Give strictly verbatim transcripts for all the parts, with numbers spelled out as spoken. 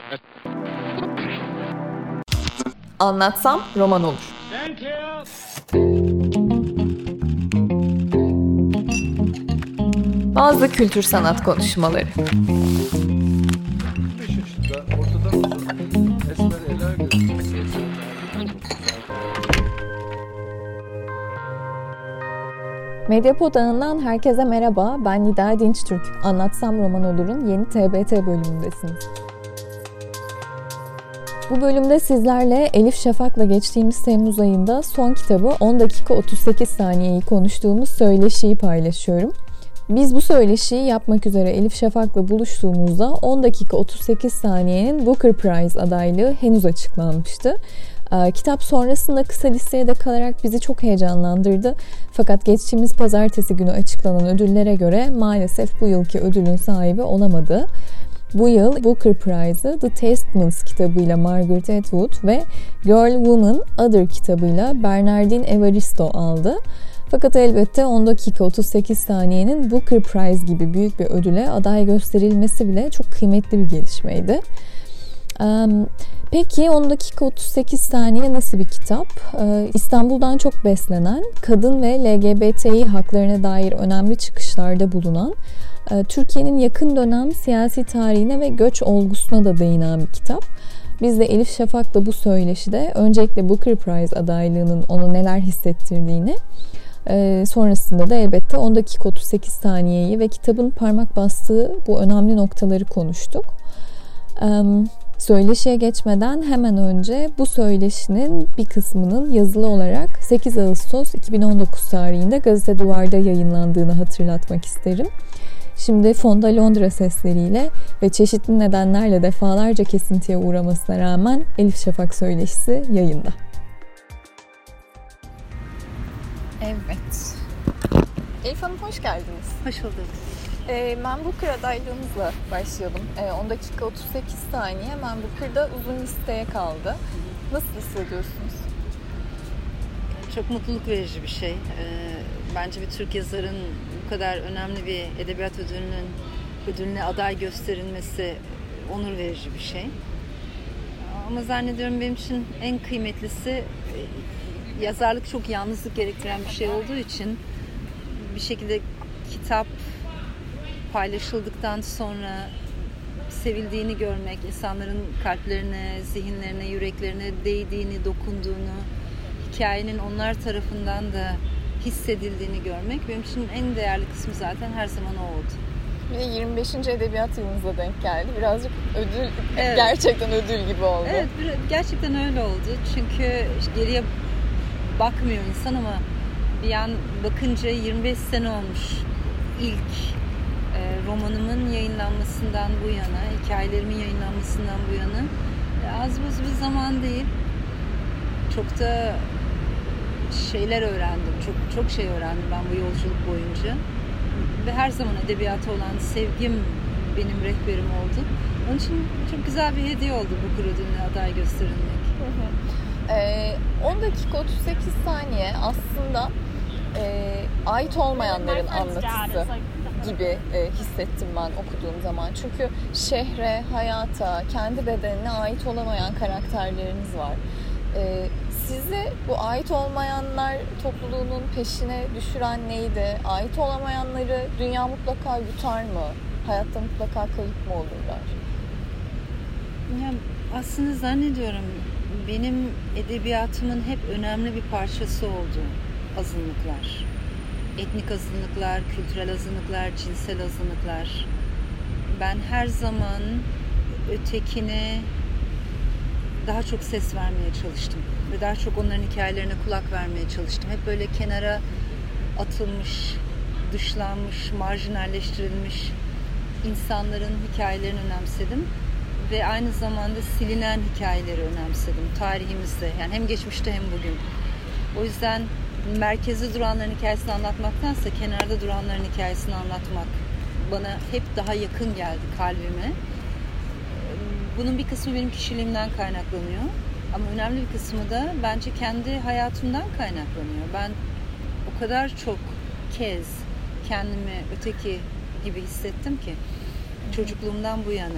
Anlatsam roman olur. Bazı kültür sanat konuşmaları. Medyapod ağından herkese merhaba. Ben Nida Dinçtürk. Anlatsam roman olur'un yeni T B T bölümündesiniz. Bu bölümde sizlerle Elif Şafak'la geçtiğimiz Temmuz ayında son kitabı on dakika otuz sekiz saniyeyi konuştuğumuz Söyleşi'yi paylaşıyorum. Biz bu söyleşiyi yapmak üzere Elif Şafak'la buluştuğumuzda on dakika otuz sekiz saniyenin Booker Prize adaylığı henüz açıklanmıştı. Kitap sonrasında kısa listeye de kalarak bizi çok heyecanlandırdı. Fakat geçtiğimiz pazartesi günü açıklanan ödüllere göre maalesef bu yılki ödülün sahibi olamadı. Bu yıl Booker Prize'ı The Testaments kitabıyla Margaret Atwood ve Girl, Woman, Other kitabıyla Bernardine Evaristo aldı. Fakat elbette on dakika otuz sekiz saniyenin Booker Prize gibi büyük bir ödüle aday gösterilmesi bile çok kıymetli bir gelişmeydi. Peki on dakika otuz sekiz saniye nasıl bir kitap? İstanbul'dan çok beslenen, kadın ve L G B T İ haklarına dair önemli çıkışlarda bulunan, Türkiye'nin yakın dönem siyasi tarihine ve göç olgusuna da değinen bir kitap. Biz de Elif Şafak'la bu söyleşide öncelikle Booker Prize adaylığının ona neler hissettirdiğini, sonrasında da elbette on dakika otuz sekiz saniyeyi ve kitabın parmak bastığı bu önemli noktaları konuştuk. Söyleşiye geçmeden hemen önce bu söyleşinin bir kısmının yazılı olarak sekiz Ağustos iki bin on dokuz tarihinde Gazete Duvar'da yayınlandığını hatırlatmak isterim. Şimdi fonda Londra sesleriyle ve çeşitli nedenlerle defalarca kesintiye uğramasına rağmen Elif Şafak söyleşisi yayında. Evet. Elif Hanım hoş geldiniz. Hoş bulduk. Ee, Man Booker adaylığımızla başlayalım. Ee, on dakika otuz sekiz saniye Man Booker'da uzun listeye kaldı. Nasıl hissediyorsunuz? Çok mutluluk verici bir şey. Ee, bence bir Türk yazarın bu kadar önemli bir edebiyat ödülünün ödülüne aday gösterilmesi onur verici bir şey. Ama zannediyorum benim için en kıymetlisi, yazarlık çok yalnızlık gerektiren bir şey olduğu için bir şekilde kitap paylaşıldıktan sonra sevildiğini görmek, insanların kalplerine, zihinlerine, yüreklerine değdiğini, dokunduğunu, hikayenin onlar tarafından da hissedildiğini görmek benim için en değerli kısmı zaten her zaman o oldu. Bir de yirmi beşinci edebiyat yılınıza denk geldi. Birazcık ödül, evet. Gerçekten ödül gibi oldu. Evet, gerçekten öyle oldu. Çünkü geriye bakmıyor insan ama bir an bakınca yirmi beş sene olmuş ilk e, romanımın yayınlanmasından bu yana, hikayelerimin yayınlanmasından bu yana. E, az buz bir zaman değil. Çok da şeyler öğrendim. Çok çok şey öğrendim ben bu yolculuk boyunca. Ve her zaman edebiyata olan sevgim benim rehberim oldu. Onun için çok güzel bir hediye oldu Booker ödülüne aday gösterilmek. Hı hı. Ee, on dakika otuz sekiz saniye aslında e, ait olmayanların anlatısı gibi e, hissettim ben okuduğum zaman. Çünkü şehre, hayata, kendi bedenine ait olamayan karakterleriniz var. E, sizi bu ait olmayanlar topluluğunun peşine düşüren neydi? Ait olamayanları dünya mutlaka yutar mı? Hayatta mutlaka kayıp mı olurlar? Ya aslında zannediyorum benim edebiyatımın hep önemli bir parçası oldu azınlıklar. Etnik azınlıklar, kültürel azınlıklar, cinsel azınlıklar. Ben her zaman ötekine daha çok ses vermeye çalıştım. Ve daha çok onların hikayelerine kulak vermeye çalıştım. Hep böyle kenara atılmış, dışlanmış, marjinalleştirilmiş insanların hikayelerini önemsedim. Ve aynı zamanda silinen hikayeleri önemsedim tarihimizde. Yani hem geçmişte hem bugün. O yüzden merkezde duranların hikayesini anlatmaktansa kenarda duranların hikayesini anlatmak bana hep daha yakın geldi kalbime. Bunun bir kısmı benim kişiliğimden kaynaklanıyor. Ama önemli bir kısmı da bence kendi hayatımdan kaynaklanıyor. Ben o kadar çok kez kendimi öteki gibi hissettim ki çocukluğumdan bu yana.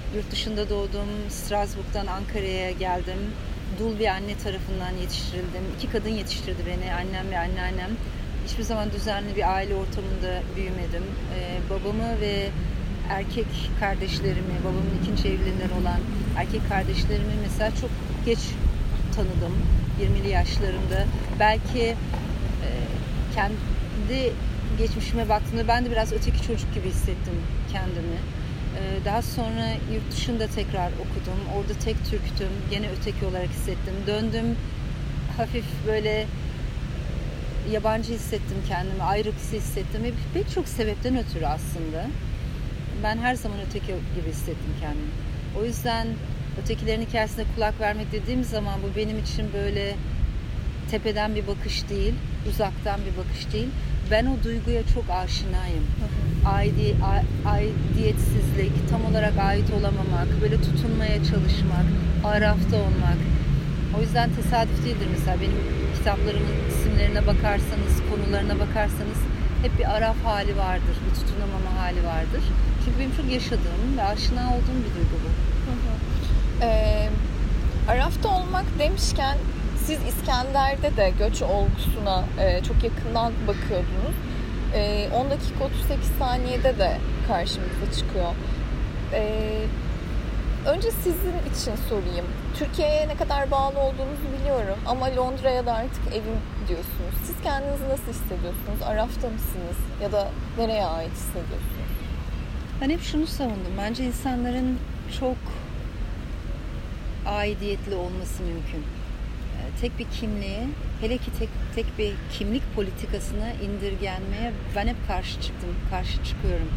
Yurt dışında doğdum. Strasbourg'dan Ankara'ya geldim. Dul bir anne tarafından yetiştirildim. İki kadın yetiştirdi beni, annem ve anneannem. Hiçbir zaman düzenli bir aile ortamında büyümedim. Ee, babamı ve erkek kardeşlerimi, babamın ikinci evliliğinden olan erkek kardeşlerimi mesela çok geç tanıdım. yirmili yaşlarımda. Belki e, kendi geçmişime baktığımda ben de biraz öteki çocuk gibi hissettim kendimi. Ee, daha sonra yurt dışında tekrar okudum. Orada tek Türktüm. Gene öteki olarak hissettim. Döndüm. Hafif böyle yabancı hissettim kendimi. Ayrıksı hissettim. Ve pek çok sebepten ötürü aslında. Ben her zaman öteki gibi hissettim kendimi. O yüzden ötekilerin hikayesine kulak vermek dediğim zaman bu benim için böyle tepeden bir bakış değil, uzaktan bir bakış değil. Ben o duyguya çok aşinayım. Aidi, a, aidiyetsizlik, tam olarak ait olamamak, böyle tutunmaya çalışmak, arafta olmak. O yüzden tesadüf değildir mesela benim kitaplarımın isimlerine bakarsanız, konularına bakarsanız hep bir araf hali vardır, bir tutunamama hali vardır. Çünkü benim çok yaşadığım ve aşina olduğum bir duygu bu. Hı hı. Ee, arafta olmak demişken siz İskender'de de göç olgusuna e, çok yakından bakıyordunuz. E, on dakika otuz sekiz saniyede de karşımıza çıkıyor. E, önce sizin için sorayım. Türkiye'ye ne kadar bağlı olduğunuzu biliyorum ama Londra'ya da artık evim diyorsunuz. Siz kendinizi nasıl hissediyorsunuz? Arafta mısınız? Ya da nereye ait hissediyorsunuz? Ben hep şunu savundum. Bence insanların çok aidiyetli olması mümkün. Tek bir kimliğe, hele ki tek, tek bir kimlik politikasına indirgenmeye ben hep karşı çıktım, karşı çıkıyorum.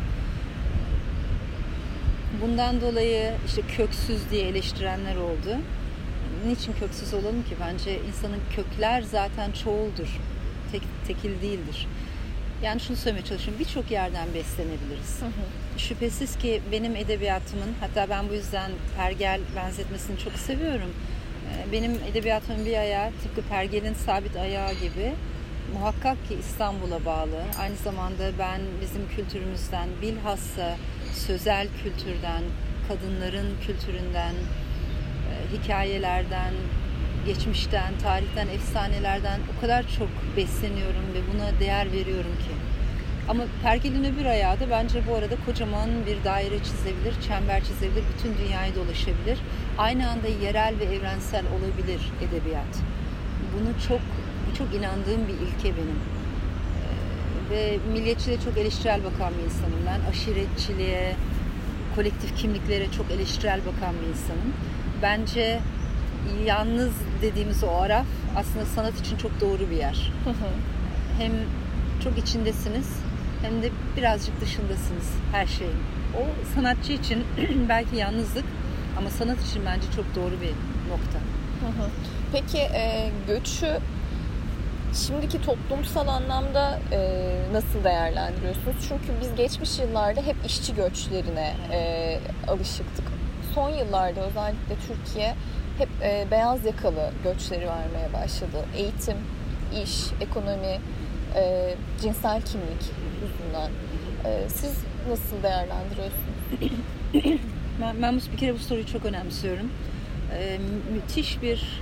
Bundan dolayı işte köksüz diye eleştirenler oldu. Niçin köksüz olalım ki? Bence insanın kökler zaten çoğuldur, tek, tekil değildir. Yani şunu söylemeye çalışıyorum, birçok yerden beslenebiliriz. Hı hı. Şüphesiz ki benim edebiyatımın, hatta ben bu yüzden Pergel benzetmesini çok seviyorum. Benim edebiyatımın bir ayağı tıpkı Pergel'in sabit ayağı gibi muhakkak ki İstanbul'a bağlı. Aynı zamanda ben bizim kültürümüzden, bilhassa sözel kültürden, kadınların kültüründen, hikayelerden, geçmişten, tarihten, efsanelerden o kadar çok besleniyorum ve buna değer veriyorum ki. Ama Pergel'in öbür ayağı da bence bu arada kocaman bir daire çizebilir, çember çizebilir, bütün dünyayı dolaşabilir. Aynı anda yerel ve evrensel olabilir edebiyat. Bunu çok çok inandığım bir ilke benim. Ee, ve milliyetçiliğe çok eleştirel bakan bir insanım ben. Aşiretçiliğe, kolektif kimliklere çok eleştirel bakan bir insanım. Bence yalnız dediğimiz o araf aslında sanat için çok doğru bir yer. Hem çok içindesiniz hem de birazcık dışındasınız her şeyin. O sanatçı için belki yalnızlık ama sanat için bence çok doğru bir nokta. Hı hı. Peki e, göçü şimdiki toplumsal anlamda e, nasıl değerlendiriyorsunuz? Çünkü biz geçmiş yıllarda hep işçi göçlerine e, alışıktık. Son yıllarda özellikle Türkiye hep e, beyaz yakalı göçleri vermeye başladı. Eğitim, iş, ekonomi, e, cinsel kimlik yüzünden. E, siz nasıl değerlendiriyorsunuz? ben, ben bir kere bu soruyu çok önemsiyorum. E, müthiş bir e,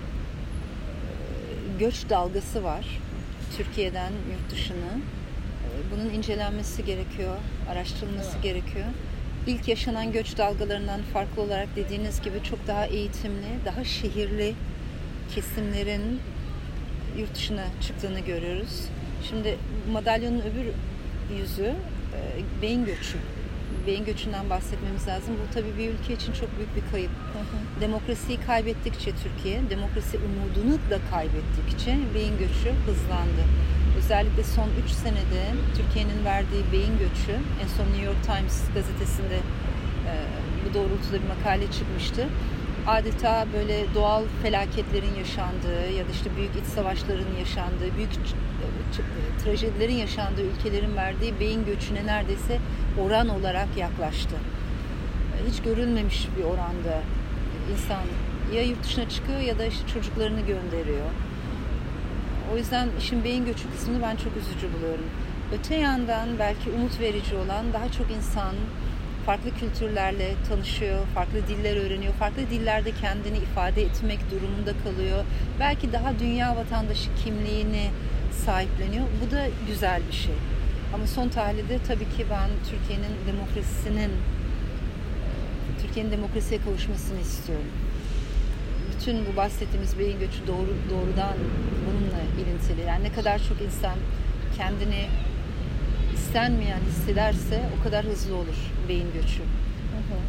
göç dalgası var Türkiye'den yurt dışına. E, bunun incelenmesi gerekiyor, araştırılması evet. gerekiyor. İlk yaşanan göç dalgalarından farklı olarak dediğiniz gibi çok daha eğitimli, daha şehirli kesimlerin yurt dışına çıktığını görüyoruz. Şimdi madalyonun öbür yüzü e, beyin göçü. Beyin göçünden bahsetmemiz lazım. Bu tabii bir ülke için çok büyük bir kayıp. Hı hı. Demokrasiyi kaybettikçe Türkiye, demokrasi umudunu da kaybettikçe beyin göçü hızlandı. Özellikle son üç senede Türkiye'nin verdiği beyin göçü, en son New York Times gazetesinde e, bu doğrultuda bir makale çıkmıştı. Adeta böyle doğal felaketlerin yaşandığı ya da işte büyük iç savaşların yaşandığı, büyük trajedilerin yaşandığı ülkelerin verdiği beyin göçüne neredeyse oran olarak yaklaştı. Hiç görülmemiş bir oranda insan ya yurt dışına çıkıyor ya da işte çocuklarını gönderiyor. O yüzden işin beyin göçü kısmını ben çok üzücü buluyorum. Öte yandan belki umut verici olan daha çok insan farklı kültürlerle tanışıyor, farklı diller öğreniyor, farklı dillerde kendini ifade etmek durumunda kalıyor. Belki daha dünya vatandaşı kimliğini sahipleniyor. Bu da güzel bir şey. Ama son tahlilde tabii ki ben Türkiye'nin demokrasisinin, Türkiye'nin demokrasiye kavuşmasını istiyorum. Bütün bu bahsettiğimiz beyin göçü doğru, doğrudan bununla ilintili. Yani ne kadar çok insan kendini istenmeyen hissederse o kadar hızlı olur beyin göçü. Hı hı.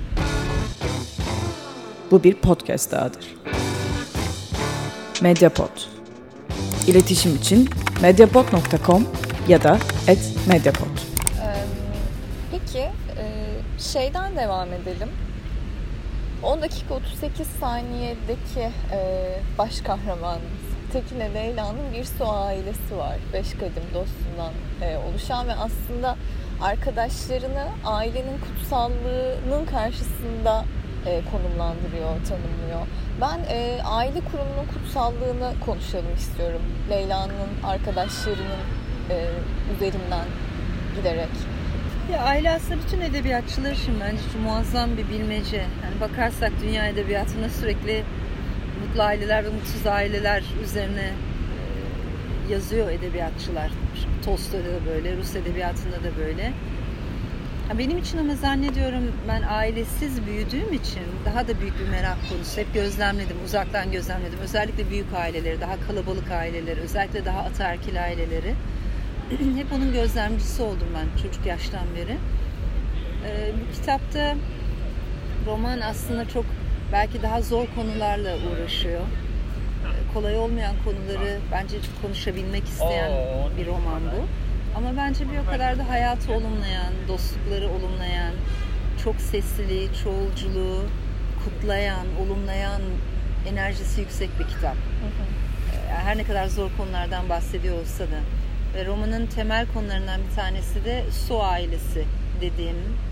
Bu bir podcast dahadır. Mediapod. İletişim için mediapod nokta com ya da et mediapod. Peki şeyden devam edelim. on dakika otuz sekiz saniyedeki baş kahramanımız Tekine Leyla'nın bir su ailesi var. Beş kadim dostundan oluşan ve aslında arkadaşlarını ailenin kutsallığının karşısında konumlandırıyor, tanımlıyor. Ben aile kurumunun kutsallığını konuşalım istiyorum. Leyla'nın arkadaşlarının üzerinden giderek. Ya aile aslında bütün edebiyatçılar için bence şu muazzam bir bilmece. Yani bakarsak dünya edebiyatında sürekli mutlu aileler ve mutsuz aileler üzerine yazıyor edebiyatçılar. Tolstoy'da da böyle, Rus edebiyatında da böyle. Benim için ama zannediyorum ben ailesiz büyüdüğüm için daha da büyük bir merak konusu. Hep gözlemledim, uzaktan gözlemledim. Özellikle büyük aileleri, daha kalabalık aileleri, özellikle daha ataerkil aileleri. Hep onun gözlemcisi oldum ben çocuk yaştan beri. Ee, bu kitapta roman aslında çok belki daha zor konularla uğraşıyor. Ee, kolay olmayan konuları bence konuşabilmek isteyen bir roman bu. Ama bence bir o kadar da hayatı olumlayan, dostlukları olumlayan, çok sesliliği, çoğulculuğu kutlayan, olumlayan enerjisi yüksek bir kitap. Ee, her ne kadar zor konulardan bahsediyor olsa da. Ve romanın temel konularından bir tanesi de su ailesi dediğim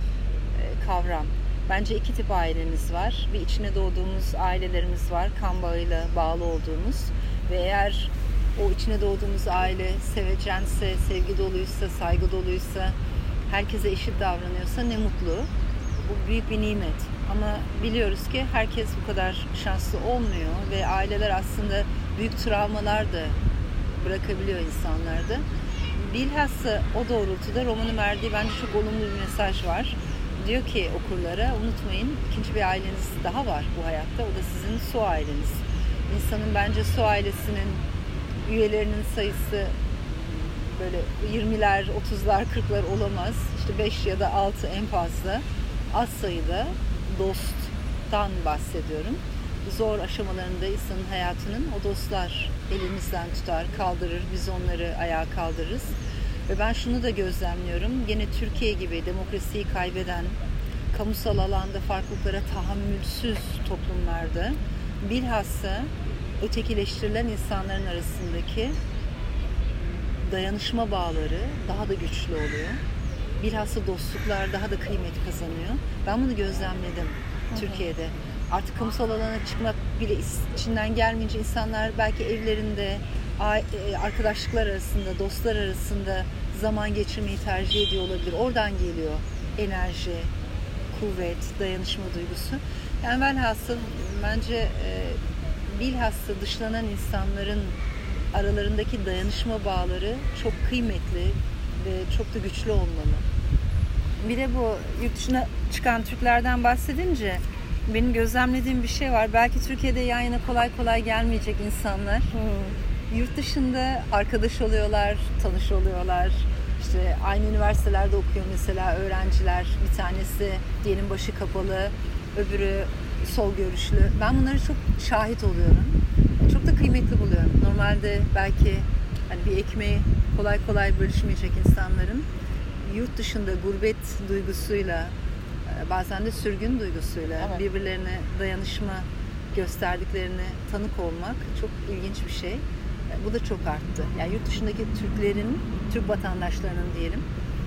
e, kavram. Bence iki tip ailemiz var. Bir içine doğduğumuz ailelerimiz var, kan bağıyla bağlı olduğumuz. Ve eğer o içine doğduğumuz aile sevecense, sevgi doluysa, saygı doluysa, herkese eşit davranıyorsa ne mutlu. Bu büyük bir nimet. Ama biliyoruz ki herkes bu kadar şanslı olmuyor ve aileler aslında büyük travmalar da bırakabiliyor insanlarda. Bilhassa o doğrultuda romanın verdiği bence çok olumlu bir mesaj var. Diyor ki okurlara, unutmayın ikinci bir aileniz daha var bu hayatta. O da sizin su aileniz. İnsanın bence su ailesinin üyelerinin sayısı böyle yirmiler, otuzlar, kırklar olamaz. İşte beş ya da altı en fazla. Az sayıda dosttan bahsediyorum. Zor aşamalarında insanın hayatının o dostlar elimizden tutar, kaldırır, biz onları ayağa kaldırırız. Ve ben şunu da gözlemliyorum, gene Türkiye gibi demokrasiyi kaybeden, kamusal alanda farklılıklara tahammülsüz toplumlarda bilhassa ötekileştirilen insanların arasındaki dayanışma bağları daha da güçlü oluyor. Bilhassa dostluklar daha da kıymet kazanıyor. Ben bunu gözlemledim Türkiye'de. Artık kamusal alana çıkmak bile içinden gelmeyince insanlar belki evlerinde, arkadaşlıklar arasında, dostlar arasında zaman geçirmeyi tercih ediyor olabilir. Oradan geliyor enerji, kuvvet, dayanışma duygusu. Yani velhasıl bence e, bilhassa dışlanan insanların aralarındaki dayanışma bağları çok kıymetli ve çok da güçlü olmalı. Bir de bu yurt dışına çıkan Türklerden bahsedince benim gözlemlediğim bir şey var. Belki Türkiye'de yan yana kolay kolay gelmeyecek insanlar. Hmm. Yurt dışında arkadaş oluyorlar, tanış oluyorlar. İşte aynı üniversitelerde okuyor mesela öğrenciler. Bir tanesi diyelim başı kapalı, öbürü sol görüşlü. Ben bunları çok şahit oluyorum. Çok da kıymetli buluyorum. Normalde belki hani bir ekmeği kolay kolay bölüşmeyecek insanların yurt dışında gurbet duygusuyla, bazen de sürgün duygusuyla evet. birbirlerine dayanışma gösterdiklerine tanık olmak çok ilginç bir şey. Bu da çok arttı. Yani yurt dışındaki Türklerin, Türk vatandaşlarının diyelim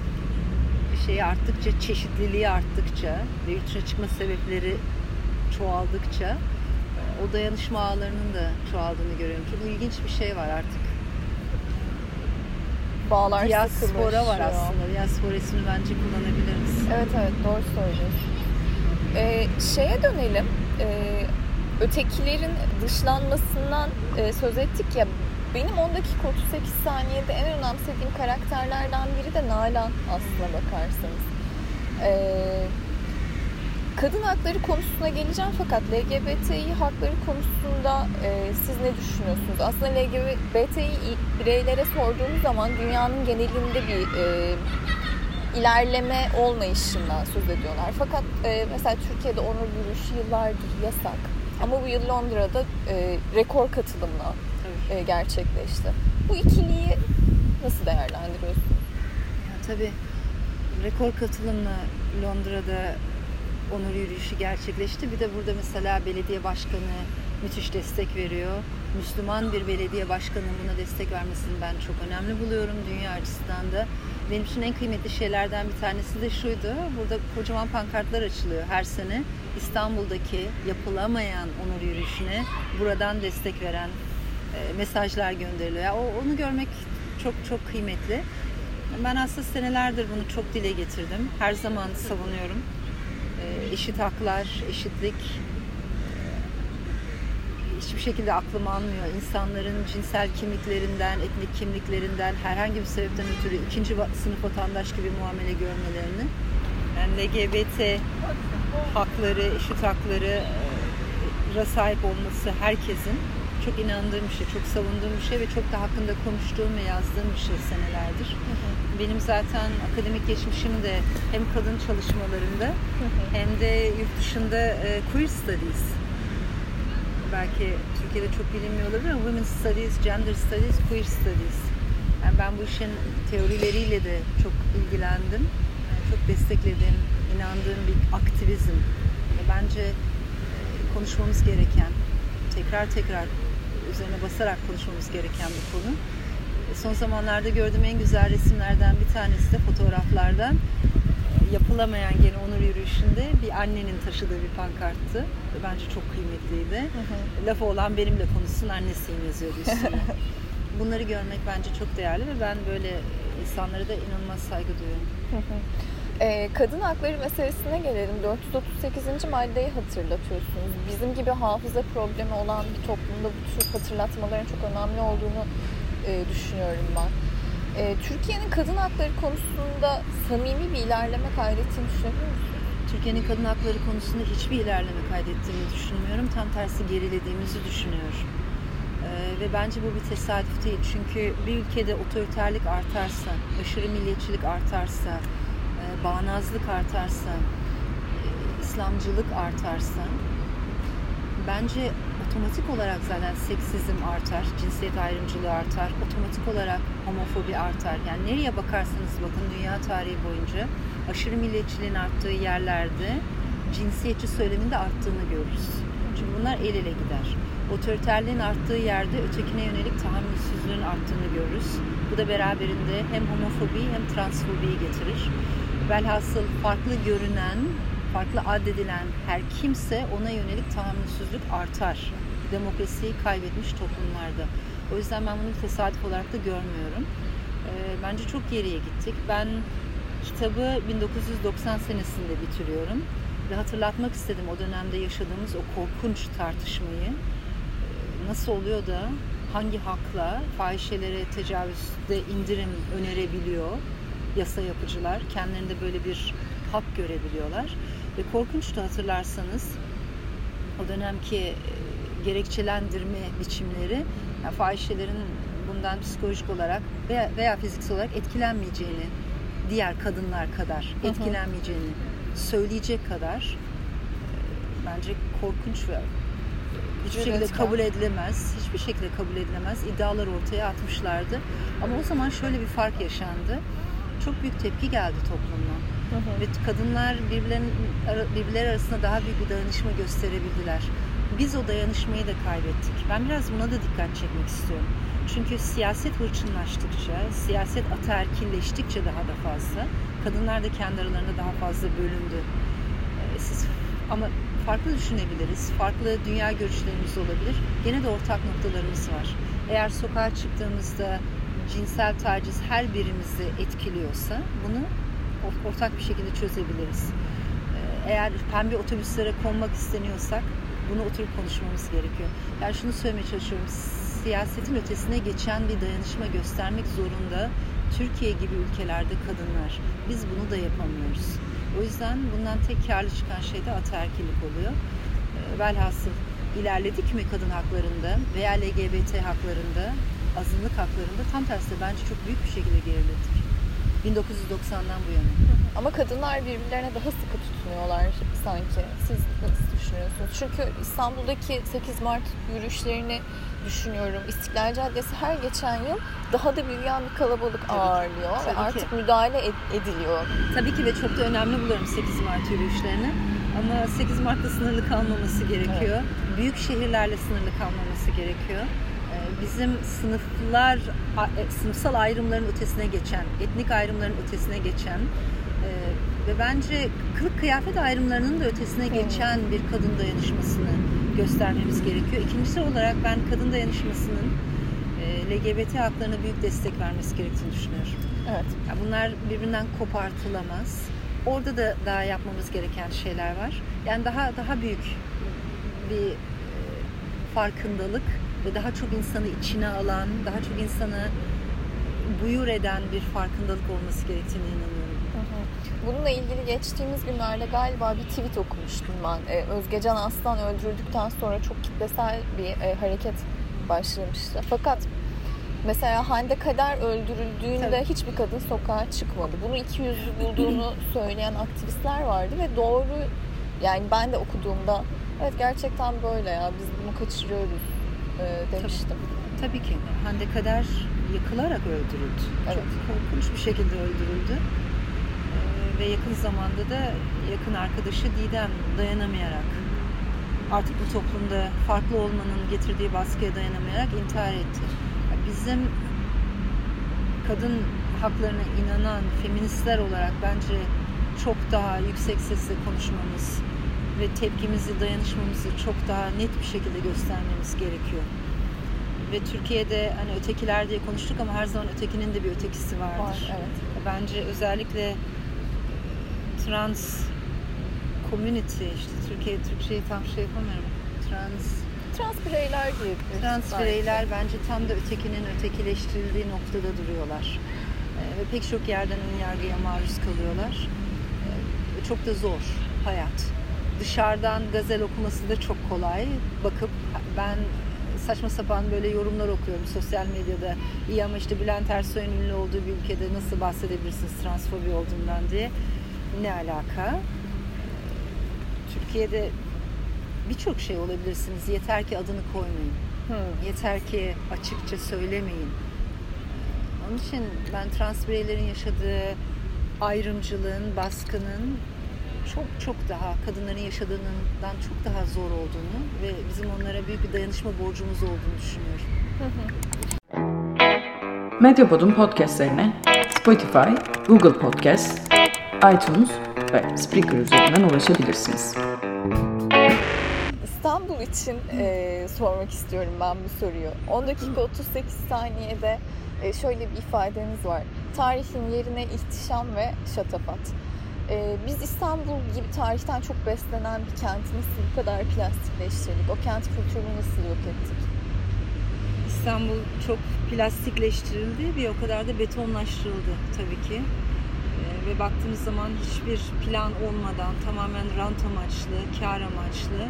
şeyi arttıkça, çeşitliliği arttıkça ve yurt dışına çıkma sebepleri çoğaldıkça o dayanışma ağlarının da çoğaldığını görüyorum. Çok ilginç bir şey var artık. bağlar Diaspora sıkılaşıyor. var aslında. Diaspora ismini bence kullanabiliriz. Evet evet doğru söylüyorsun. Ee, şeye dönelim. Ee, ötekilerin dışlanmasından e, söz ettik ya. Benim on dakika otuz sekiz saniyede en önemsediğim karakterlerden biri de Nalan aslına bakarsanız. Ee, kadın hakları konusuna geleceğim fakat L G B T İ hakları konusunda e, siz ne düşünüyorsunuz? Aslında L G B T İ bireylere sorduğumuz zaman dünyanın genelinde bir e, ilerleme olmayışından söz ediyorlar. Fakat e, mesela Türkiye'de onur yürüyüşü yıllardır yasak. Ama bu yıl Londra'da e, rekor katılımla e, gerçekleşti. Bu ikiliyi nasıl değerlendiriyorsunuz? Ya, tabii rekor katılımla Londra'da onur yürüyüşü gerçekleşti. Bir de burada mesela belediye başkanı müthiş destek veriyor. Müslüman bir belediye başkanının buna destek vermesini ben çok önemli buluyorum dünya açısından da. Benim için en kıymetli şeylerden bir tanesi de şuydu. Burada kocaman pankartlar açılıyor her sene. İstanbul'daki yapılamayan onur yürüyüşüne buradan destek veren e, mesajlar gönderiliyor. Yani o, onu görmek çok çok kıymetli. Ben aslında senelerdir bunu çok dile getirdim. Her zaman savunuyorum. E, eşit haklar, eşitlik hiçbir şekilde aklım almıyor. İnsanların cinsel kimliklerinden, etnik kimliklerinden herhangi bir sebepten ötürü ikinci sınıf vatandaş gibi muamele görmelerini. Yani L G B T hakları, eşit hakları sahip olması herkesin çok inandığım bir şey, çok savunduğum bir şey ve çok da hakkında konuştuğum ve yazdığım bir şey senelerdir. Hı hı. Benim zaten akademik geçmişim de hem kadın çalışmalarında hı hı. hem de yurt dışında queer studies. Belki Türkiye'de çok bilinmiyor olabilir ama Women's Studies, Gender Studies, Queer Studies. Yani ben bu işin teorileriyle de çok ilgilendim. Yani çok destekledim, inandığım bir aktivizm. Bence konuşmamız gereken, tekrar tekrar üzerine basarak konuşmamız gereken bir konu. Son zamanlarda gördüğüm en güzel resimlerden bir tanesi de fotoğraflardan yapılamayan gene onur yürüyüşünde bir annenin taşıdığı bir pankarttı. Bence çok kıymetliydi. Hı hı. Lafı olan benimle konuşsun, annesiyim yazıyordu üstüne. Bunları görmek bence çok değerli ve ben böyle insanlara da inanılmaz saygı duyuyorum. Hı hı. Ee, kadın hakları meselesine gelelim. dört yüz otuz sekizinci maddeyi hatırlatıyorsunuz. Bizim gibi hafıza problemi olan bir toplumda bu tür hatırlatmaların çok önemli olduğunu e, düşünüyorum ben. E, Türkiye'nin kadın hakları konusunda samimi bir ilerleme kaydettiğini düşünüyor musunuz? Türkiye'nin kadın hakları konusunda hiçbir ilerleme kaydettiğini düşünmüyorum. Tam tersi gerilediğimizi düşünüyorum. Ee, ve bence bu bir tesadüf değil. Çünkü bir ülkede otoriterlik artarsa, aşırı milliyetçilik artarsa, e, bağnazlık artarsa, e, İslamcılık artarsa bence otomatik olarak zaten seksizm artar, cinsiyet ayrımcılığı artar, otomatik olarak homofobi artar. Yani nereye bakarsanız bakın dünya tarihi boyunca aşırı milliyetçiliğin arttığı yerlerde cinsiyetçi söylemin de arttığını görürüz. Çünkü bunlar el ele gider. Otoriterliğin arttığı yerde ötekine yönelik tahammülsüzlüğün arttığını görürüz. Bu da beraberinde hem homofobi hem transfobiyi getirir. Velhasıl farklı görünen, farklı addedilen her kimse ona yönelik tahammülsüzlük artar. Demokrasiyi kaybetmiş toplumlarda. O yüzden ben bunu tesadüf olarak da görmüyorum. E, bence çok geriye gittik. Ben kitabı bin dokuz yüz doksan senesinde bitiriyorum. Ve hatırlatmak istedim o dönemde yaşadığımız o korkunç tartışmayı. E, nasıl oluyor da hangi hakla fahişelere tecavüzde indirim önerebiliyor yasa yapıcılar? Kendilerinde böyle bir hak görebiliyorlar. Ve korkunçtu hatırlarsanız o dönemki e, gerekçelendirme biçimleri yani fahişelerin bundan psikolojik olarak veya, veya fiziksel olarak etkilenmeyeceğini, diğer kadınlar kadar etkilenmeyeceğini söyleyecek kadar e, bence korkunç ve hiçbir şekilde kabul edilemez, hiçbir şekilde kabul edilemez iddialar ortaya atmışlardı. Ama o zaman şöyle bir fark yaşandı. Çok büyük tepki geldi toplumdan. Hı hı. Ve kadınlar birbirlerinin, birbirleri arasında daha büyük bir dayanışma gösterebildiler. Biz o dayanışmayı da kaybettik. Ben biraz buna da dikkat çekmek istiyorum. Çünkü siyaset hırçınlaştıkça, siyaset ataerkilleştikçe daha da fazla, kadınlar da kendi aralarında daha fazla bölündü. Siz, ama farklı düşünebiliriz, farklı dünya görüşlerimiz olabilir. Gene de ortak noktalarımız var. Eğer sokağa çıktığımızda cinsel taciz her birimizi etkiliyorsa bunu ortak bir şekilde çözebiliriz. Eğer pembe otobüslere konmak isteniyorsak bunu oturup konuşmamız gerekiyor. Yani şunu söylemeye çalışıyorum. Siyasetin ötesine geçen bir dayanışma göstermek zorunda Türkiye gibi ülkelerde kadınlar. Biz bunu da yapamıyoruz. O yüzden bundan tek karlı çıkan şey de ataerkillik oluyor. Velhasıl ilerledik mi kadın haklarında veya L G B T haklarında, azınlık haklarında? Tam tersi bence çok büyük bir şekilde geriledik. bin dokuz yüz doksandan bu yana. Ama kadınlar birbirlerine daha sıkı tutunuyorlar sanki. Siz nasıl düşünüyorsunuz? Çünkü İstanbul'daki sekiz Mart yürüyüşlerini düşünüyorum. İstiklal Caddesi her geçen yıl daha da büyüyen bir kalabalık tabii ağırlıyor. Ki, ve artık ki. müdahale ed- ediliyor. Tabii ki ve çok da önemli buluyorum sekiz Mart yürüyüşlerini. Ama sekiz Mart'ta sınırlı kalmaması gerekiyor. Evet. Büyük şehirlerle sınırlı kalmaması gerekiyor. Bizim sınıflar, sınıfsal ayrımların ötesine geçen, etnik ayrımların ötesine geçen ve bence kılık kıyafet ayrımlarının da ötesine geçen bir kadın dayanışmasını göstermemiz gerekiyor. İkincisi olarak ben kadın dayanışmasının L G B T haklarına büyük destek vermesi gerektiğini düşünüyorum. Evet. Yani bunlar birbirinden kopartılamaz. Orada da daha yapmamız gereken şeyler var. Yani daha daha büyük bir farkındalık ve daha çok insanı içine alan, daha çok insanı buyur eden bir farkındalık olması gerektiğine inanıyorum. Hı hı. Bununla ilgili geçtiğimiz günlerde galiba bir tweet okumuştum ben. Ee, Özgecan Aslan öldürüldükten sonra çok kitlesel bir e, hareket başlamıştı. Fakat mesela Hande Kader öldürüldüğünde Tabii. hiçbir kadın sokağa çıkmadı. Bunu iki yüzlü bulduğunu söyleyen aktivistler vardı ve doğru, yani ben de okuduğumda evet gerçekten böyle ya, biz bunu kaçırıyoruz demiştim. Tabii, tabii ki. Hande Kader yakılarak öldürüldü. Evet. Çok korkunç bir şekilde öldürüldü. Ee, ve yakın zamanda da yakın arkadaşı Didem dayanamayarak, artık bu toplumda farklı olmanın getirdiği baskıya dayanamayarak intihar etti. Bizim kadın haklarına inanan feministler olarak bence çok daha yüksek sesle konuşmamız ve tepkimizi, dayanışmamızı çok daha net bir şekilde göstermemiz gerekiyor. Ve Türkiye'de hani ötekiler diye konuştuk ama her zaman ötekinin de bir ötekisi vardır. Var, evet. Bence özellikle trans community, işte Türkiye Türkçeyi tam şey yapamıyorum. Trans trans bireyler diye. Trans bireyler bence tam da ötekinin ötekileştirildiği noktada duruyorlar. Ve pek çok yerden ön yargıya maruz kalıyorlar. Çok da zor hayat. Dışarıdan gazel okuması da çok kolay. Bakıp ben saçma sapan böyle yorumlar okuyorum sosyal medyada. İyi ama işte Bülent Ersoy'un ünlü olduğu bir ülkede nasıl bahsedebilirsiniz transfobi olduğundan diye. Ne alaka? Türkiye'de birçok şey olabilirsiniz. Yeter ki adını koymayın. Hmm. Yeter ki açıkça söylemeyin. Onun için ben trans bireylerin yaşadığı ayrımcılığın, baskının çok çok daha kadınların yaşadığından çok daha zor olduğunu ve bizim onlara büyük bir dayanışma borcumuz olduğunu düşünüyorum. Medyapod'un podcastlerine Spotify, Google Podcast, iTunes ve Spreaker üzerinden ulaşabilirsiniz. İstanbul için e, sormak istiyorum ben bu soruyu. on dakika otuz sekiz saniyede e, şöyle bir ifadeniz var. Tarihin yerine ihtişam ve şatafat. E, biz İstanbul gibi tarihten çok beslenen bir kenti nasıl bu kadar plastikleştirdik? O kent kültürünü nasıl yok ettik? İstanbul çok plastikleştirildi ve o kadar da betonlaştırıldı tabii ki. E, ve baktığımız zaman hiçbir plan olmadan tamamen rant amaçlı, kar amaçlı,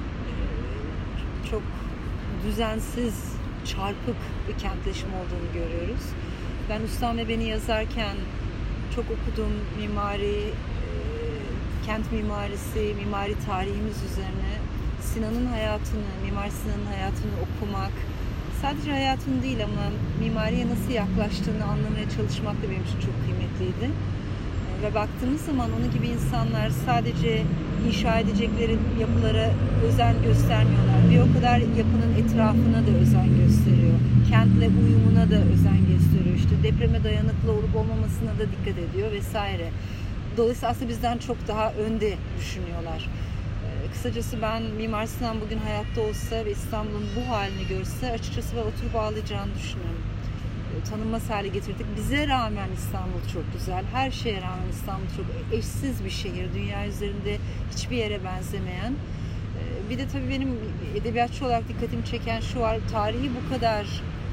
çok düzensiz, çarpık bir kentleşme olduğunu görüyoruz. Ben Ustam ve Beni yazarken çok okuduğum mimari, e, kent mimarisi, mimari tarihimiz üzerine Sinan'ın hayatını, Mimar Sinan'ın hayatını okumak, sadece hayatını değil ama mimariye nasıl yaklaştığını anlamaya çalışmak da benim için çok kıymetliydi. Ve baktığımız zaman onun gibi insanlar sadece inşa edecekleri yapılara özen göstermiyorlar. Bir o kadar yapının etrafına da özen gösteriyor. Kentle uyumuna da özen gösteriyor. İşte depreme dayanıklı olup olmamasına da dikkat ediyor vesaire. Dolayısıyla aslında bizden çok daha önde düşünüyorlar. Kısacası ben Mimar Sinan bugün hayatta olsa ve İstanbul'un bu halini görse açıkçası ben oturup ağlayacağını düşünüyorum. tanınmaz hale getirdik. Bize rağmen İstanbul çok güzel. Her şeye rağmen İstanbul çok eşsiz bir şehir. Dünya üzerinde hiçbir yere benzemeyen. Bir de tabii benim edebiyatçı olarak dikkatimi çeken şu var. Tarihi bu kadar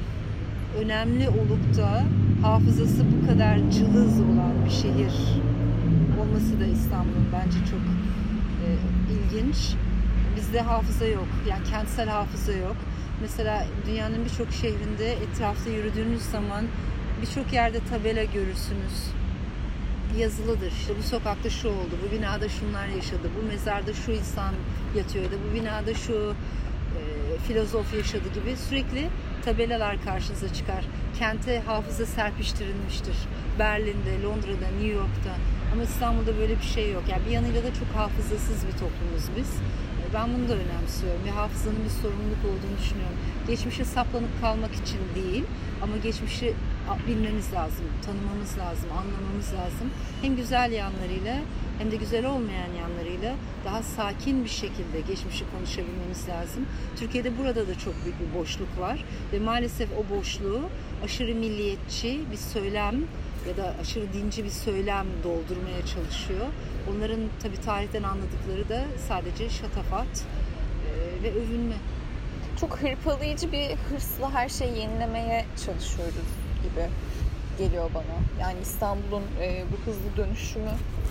önemli olup da hafızası bu kadar cılız olan bir şehir olması da İstanbul'un bence çok e, ilginç. Bizde hafıza yok. Yani kentsel hafıza yok. Mesela dünyanın birçok şehrinde etrafta yürüdüğünüz zaman birçok yerde tabela görürsünüz. Yazılıdır. İşte bu sokakta şu oldu, bu binada şunlar yaşadı, bu mezarda şu insan yatıyor ya da bu binada şu e, filozof yaşadı gibi sürekli tabelalar karşınıza çıkar. Kente hafıza serpiştirilmiştir. Berlin'de, Londra'da, New York'ta. Ama İstanbul'da böyle bir şey yok. Yani bir yanıyla da çok hafızasız bir toplumuz biz. Ben bunu da önemsiyorum ve hafızanın bir sorumluluk olduğunu düşünüyorum. Geçmişe saplanıp kalmak için değil ama geçmişi bilmemiz lazım, tanımamız lazım, anlamamız lazım. Hem güzel yanlarıyla hem de güzel olmayan yanlarıyla daha sakin bir şekilde geçmişi konuşabilmemiz lazım. Türkiye'de burada da çok büyük bir boşluk var ve maalesef o boşluğu aşırı milliyetçi bir söylem ya da aşırı dinci bir söylem doldurmaya çalışıyor. Onların tabii tarihten anladıkları da sadece şatafat e, ve övünme. Çok hırpalayıcı bir hırsla her şeyi yenilemeye çalışıyoruz gibi geliyor bana. Yani İstanbul'un e, bu hızlı dönüşümü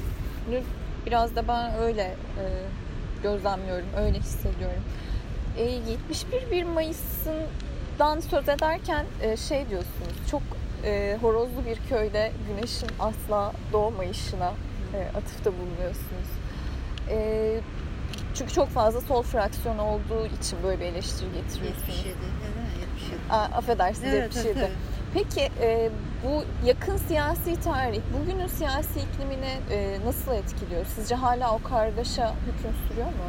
biraz da ben öyle e, gözlemliyorum, öyle hissediyorum. E, yetmiş bir bir Mayıs'ından söz ederken e, şey diyorsunuz, çok e, horozlu bir köyde güneşin asla doğmayışına e, atıfta bulunuyorsunuz. E, çünkü çok fazla sol fraksiyon olduğu için böyle bir eleştiri getiriyorsunuz. yetmiş yedi, evet, yetmiş yedi. Aa, affedersiniz, evet, yetmiş yedi. Evet. Peki e, bu yakın siyasi tarih bugünün siyasi iklimini e, nasıl etkiliyor? Sizce hala o kargaşa hüküm sürüyor mu?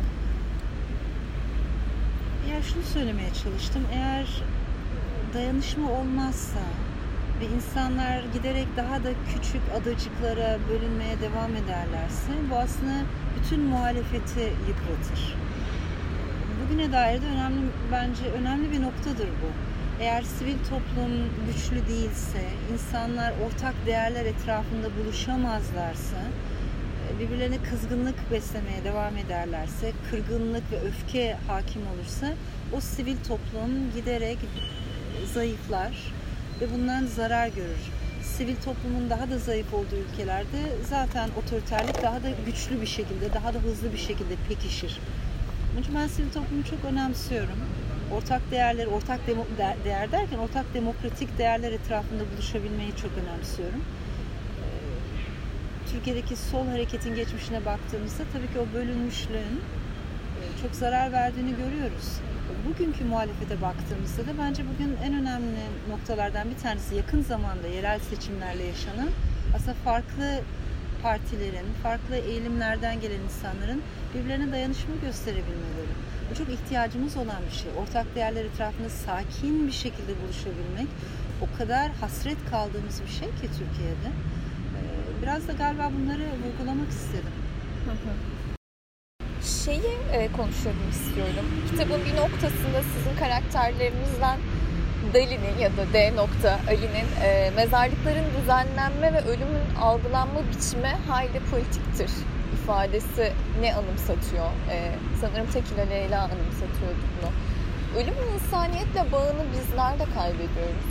Ya şunu söylemeye çalıştım. Eğer dayanışma olmazsa ve insanlar giderek daha da küçük adacıklara bölünmeye devam ederlerse bu aslında bütün muhalefeti yıpratır. Bugüne dair de önemli, bence önemli bir noktadır bu. Eğer sivil toplum güçlü değilse, insanlar ortak değerler etrafında buluşamazlarsa, birbirlerine kızgınlık beslemeye devam ederlerse, kırgınlık ve öfke hakim olursa o sivil toplum giderek zayıflar ve bundan zarar görür. Sivil toplumun daha da zayıf olduğu ülkelerde zaten otoriterlik daha da güçlü bir şekilde, daha da hızlı bir şekilde pekişir. Onun için ben sivil toplumu çok önemsiyorum. Ortak değerler, ortak demo- değer derken ortak demokratik değerler etrafında buluşabilmeyi çok önemsiyorum. Türkiye'deki sol hareketin geçmişine baktığımızda tabii ki o bölünmüşlüğün çok zarar verdiğini görüyoruz. Bugünkü muhalefete baktığımızda da bence bugün en önemli noktalardan bir tanesi yakın zamanda yerel seçimlerle yaşanan aslında farklı partilerin, farklı eğilimlerden gelen insanların birbirlerine dayanışma gösterebilmeleri. Bu çok ihtiyacımız olan bir şey. Ortak değerler etrafında sakin bir şekilde buluşabilmek o kadar hasret kaldığımız bir şey ki Türkiye'de. Biraz da galiba bunları vurgulamak istedim. Hı hı. Şeyi e, konuşalım istiyorum. Kitabın bir noktasında sizin karakterlerinizden Dali'nin ya da D. Ali'nin e, mezarlıkların düzenlenme ve ölümün algılanma biçimi hayli politiktir ifadesi ne anımsatıyor? E, sanırım Tekila Leyla anımsatıyordu bunu. Ölümün insaniyetle bağını bizler de kaybediyoruz.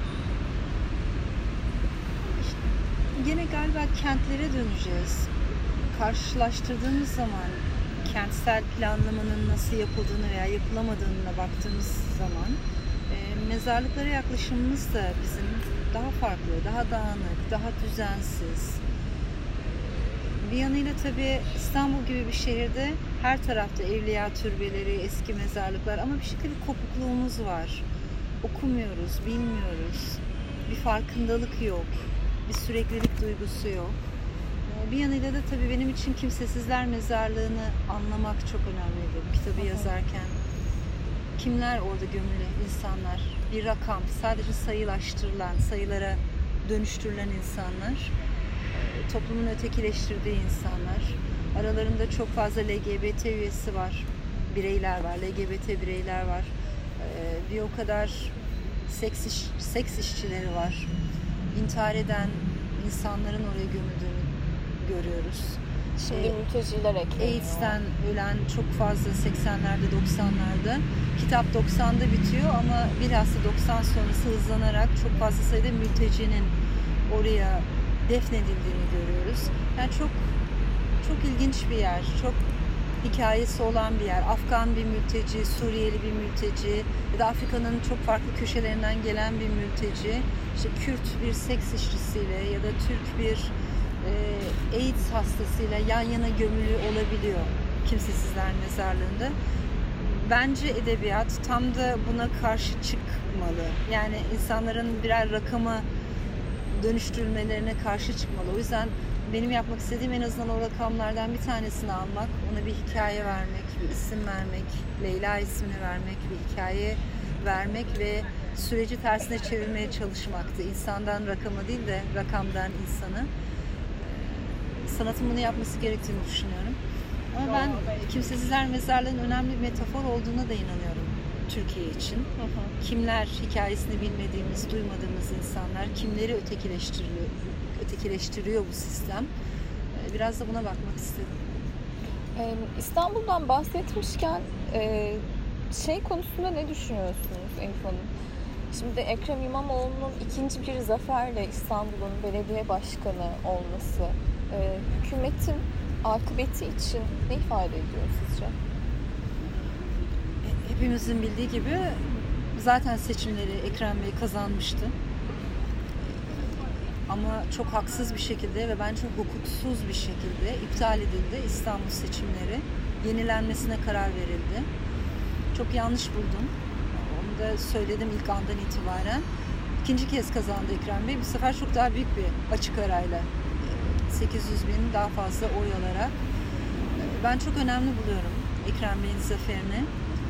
Gene galiba kentlere döneceğiz. Karşılaştırdığımız zaman kentsel planlamanın nasıl yapıldığını veya yapılamadığına baktığımız zaman e, mezarlıklara yaklaşımımız da bizim daha farklı, daha dağınık, daha düzensiz. Bir yanıyla tabii İstanbul gibi bir şehirde her tarafta evliya türbeleri, eski mezarlıklar ama bir şekilde kopukluğumuz var. Okumuyoruz, bilmiyoruz. Bir farkındalık yok. Bir süreklilik duygusu yok. Bir yanıyla da tabii benim için Kimsesizler Mezarlığı'nı anlamak çok önemliydi bu kitabı yazarken. Kimler orada gömülü insanlar? Bir rakam, sadece sayılaştırılan, sayılara dönüştürülen insanlar. Toplumun ötekileştirdiği insanlar. Aralarında çok fazla L G B T üyesi var. Bireyler var, L G B T bireyler var. Bir o kadar seks, iş, seks işçileri var. İntihar eden insanların oraya gömüldüğünü görüyoruz. Şimdi e, mülteciler ekleniyor. AIDS'ten ölen çok fazla seksenlerde doksanlarda. Kitap doksanda bitiyor ama bilhassa doksan sonrası hızlanarak çok fazla sayıda mültecinin oraya defnedildiğini görüyoruz. Yani çok çok ilginç bir yer, çok hikayesi olan bir yer. Afgan bir mülteci, Suriyeli bir mülteci ya da Afrika'nın çok farklı köşelerinden gelen bir mülteci, işte Kürt bir seks işçisiyle ya da Türk bir e, AIDS hastasıyla yan yana gömülü olabiliyor Kimsesizler Mezarlığı'nda. Bence edebiyat tam da buna karşı çıkmalı. Yani insanların birer rakama dönüştürülmelerine karşı çıkmalı. O yüzden benim yapmak istediğim en azından o rakamlardan bir tanesini almak, ona bir hikaye vermek, bir isim vermek, Leyla ismini vermek, bir hikaye vermek ve süreci tersine çevirmeye çalışmaktı. İnsandan rakama değil de rakamdan insana. Sanatın bunu yapması gerektiğini düşünüyorum. Ama ben Kimsesizler Mezarlığı'nın önemli bir metafor olduğuna da inanıyorum Türkiye için. Hı hı. Kimler hikayesini bilmediğimiz, duymadığımız insanlar, kimleri ötekileştiriyor, ötekileştiriyor bu sistem. Biraz da buna bakmak istedim. Ee, İstanbul'dan bahsetmişken e, şey konusunda ne düşünüyorsunuz Elif Hanım? Şimdi Ekrem İmamoğlu'nun ikinci bir zaferle İstanbul'un belediye başkanı olması e, hükümetin akıbeti için ne ifade ediyor sizce? Hepimizin bildiği gibi zaten seçimleri Ekrem Bey kazanmıştı. Ama çok haksız bir şekilde ve bence hukuksuz bir şekilde iptal edildi İstanbul seçimleri. Yenilenmesine karar verildi. Çok yanlış buldum. Onu da söyledim ilk andan itibaren. İkinci kez kazandı Ekrem Bey. Bu sefer çok daha büyük bir açık arayla. sekiz yüz bin daha fazla oy alarak. Ben çok önemli buluyorum Ekrem Bey'in zaferini.